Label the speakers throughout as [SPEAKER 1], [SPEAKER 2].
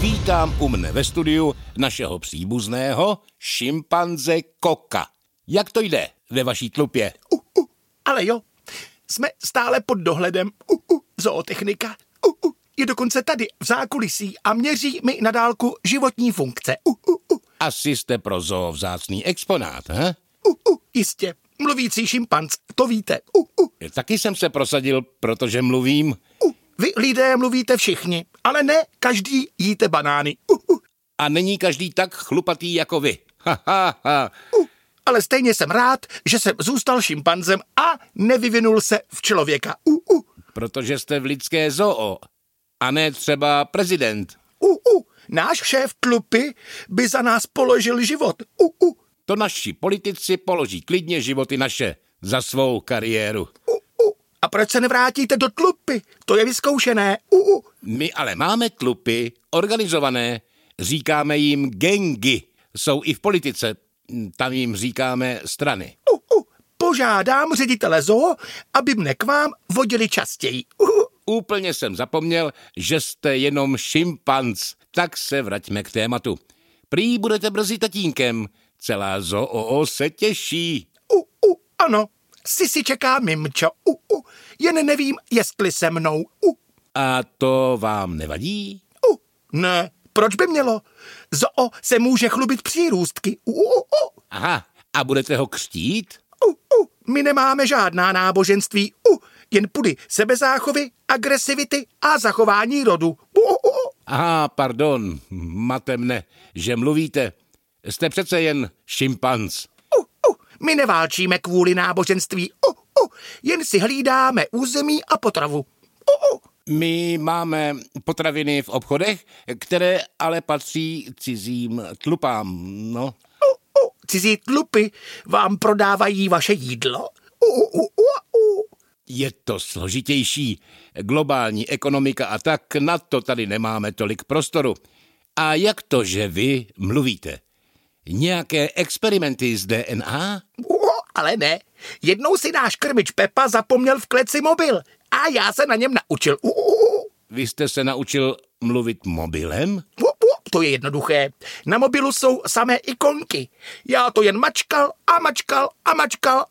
[SPEAKER 1] Vítám u mne ve studiu našeho příbuzného šimpanze Koka. Jak to jde ve vaší tlupě?
[SPEAKER 2] Ale jo, jsme stále pod dohledem zootechnika. Je dokonce tady v zákulisí a měří mi na dálku životní funkce.
[SPEAKER 1] Asi jste pro zoo vzácný exponát, he?
[SPEAKER 2] Jistě, mluvící šimpanz, to víte.
[SPEAKER 1] Taky jsem se prosadil, protože mluvím.
[SPEAKER 2] Vy lidé mluvíte všichni, ale ne každý jíte banány.
[SPEAKER 1] A není každý tak chlupatý jako vy.
[SPEAKER 2] Ale stejně jsem rád, že jsem zůstal šimpanzem a nevyvinul se v člověka.
[SPEAKER 1] Protože jste v lidské zoo, a ne třeba prezident.
[SPEAKER 2] Náš šéf tlupy by za nás položil život.
[SPEAKER 1] To naši politici položí klidně životy naše za svou kariéru.
[SPEAKER 2] A proč se nevrátíte do tlupy? To je vyzkoušené.
[SPEAKER 1] My ale máme tlupy organizované. Říkáme jim gangy. Jsou i v politice. Tam jim říkáme strany.
[SPEAKER 2] Požádám ředitele zoo, aby mne k vám vodili častěji.
[SPEAKER 1] Úplně jsem zapomněl, že jste jenom šimpanz. Tak se vraťme k tématu. Prý budete brzy tatínkem. Celá zoo se těší.
[SPEAKER 2] Ano, si čeká mimčo. Jen nevím, jestli se mnou.
[SPEAKER 1] A to vám nevadí?
[SPEAKER 2] Ne, proč by mělo? Zoo se může chlubit přírůstky.
[SPEAKER 1] Aha, a budete ho křtít?
[SPEAKER 2] My nemáme žádná náboženství. Jen pudy sebezáchovy, agresivity a zachování rodu.
[SPEAKER 1] Aha, pardon, mate mne, že mluvíte. Jste přece jen šimpanz.
[SPEAKER 2] My neválčíme kvůli náboženství. Jen si hlídáme území a potravu.
[SPEAKER 1] My máme potraviny v obchodech, které ale patří cizím tlupám, no.
[SPEAKER 2] Cizí tlupy vám prodávají vaše jídlo?
[SPEAKER 1] Je to složitější. Globální ekonomika a tak, na to tady nemáme tolik prostoru. A jak to, že vy mluvíte? Nějaké experimenty s DNA?
[SPEAKER 2] Ale ne. Jednou si náš krmič Pepa zapomněl v kleci mobil a já se na něm naučil.
[SPEAKER 1] Vy jste se naučil mluvit mobilem?
[SPEAKER 2] To je jednoduché. Na mobilu jsou samé ikonky. Já to jen mačkal a mačkal a mačkal.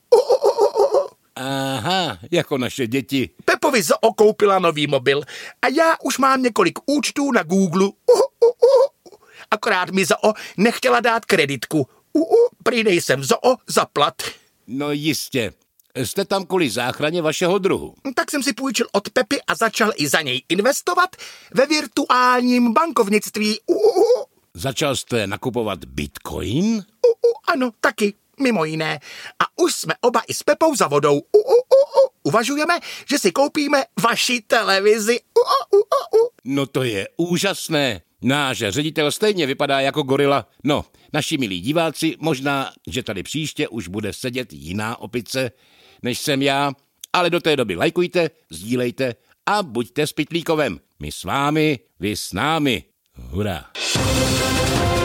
[SPEAKER 1] Aha, jako naše děti.
[SPEAKER 2] Pepovi zoo koupila nový mobil a já už mám několik účtů na Google. Akorát mi zoo nechtěla dát kreditku. Prý nejsem zoo zaplat.
[SPEAKER 1] No jistě. Jste tam kvůli záchraně vašeho druhu.
[SPEAKER 2] Tak jsem si půjčil od Pepy a začal i za něj investovat ve virtuálním bankovnictví.
[SPEAKER 1] Začal jste nakupovat bitcoin?
[SPEAKER 2] Ano, taky, mimo jiné. A už jsme oba i s Pepou za vodou. Uvažujeme, že si koupíme vaši televizi.
[SPEAKER 1] No to je úžasné. Náš ředitel stejně vypadá jako gorila. No, naši milí diváci, možná, že tady příště už bude sedět jiná opice, než jsem já, ale do té doby lajkujte, sdílejte a buďte s Pytlíkovem. My s vámi, vy s námi. Hurá.